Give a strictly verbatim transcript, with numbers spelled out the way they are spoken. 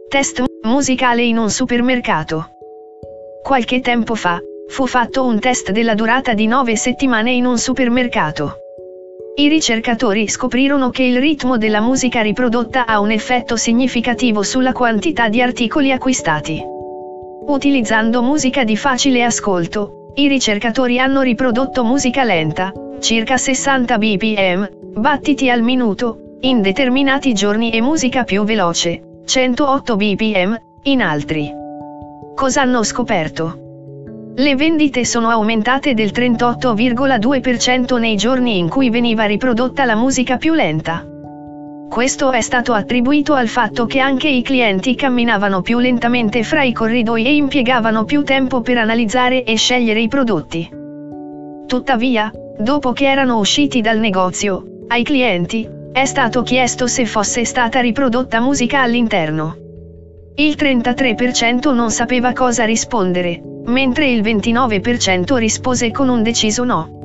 Test musicale in un supermercato. Qualche tempo fa, fu fatto un test della durata di nove settimane in un supermercato. I ricercatori scoprirono che il ritmo della musica riprodotta ha un effetto significativo sulla quantità di articoli acquistati. Utilizzando musica di facile ascolto, i ricercatori hanno riprodotto musica lenta, circa sessanta bpm, battiti al minuto, in determinati giorni e musica più veloce, centootto bpm, in altri. Cosa hanno scoperto? Le vendite sono aumentate del trentotto virgola due per cento nei giorni in cui veniva riprodotta la musica più lenta. Questo è stato attribuito al fatto che anche i clienti camminavano più lentamente fra i corridoi e impiegavano più tempo per analizzare e scegliere i prodotti. Tuttavia, dopo che erano usciti dal negozio, ai clienti è stato chiesto se fosse stata riprodotta musica all'interno. Il trentatré per cento non sapeva cosa rispondere, mentre il ventinove per cento rispose con un deciso no.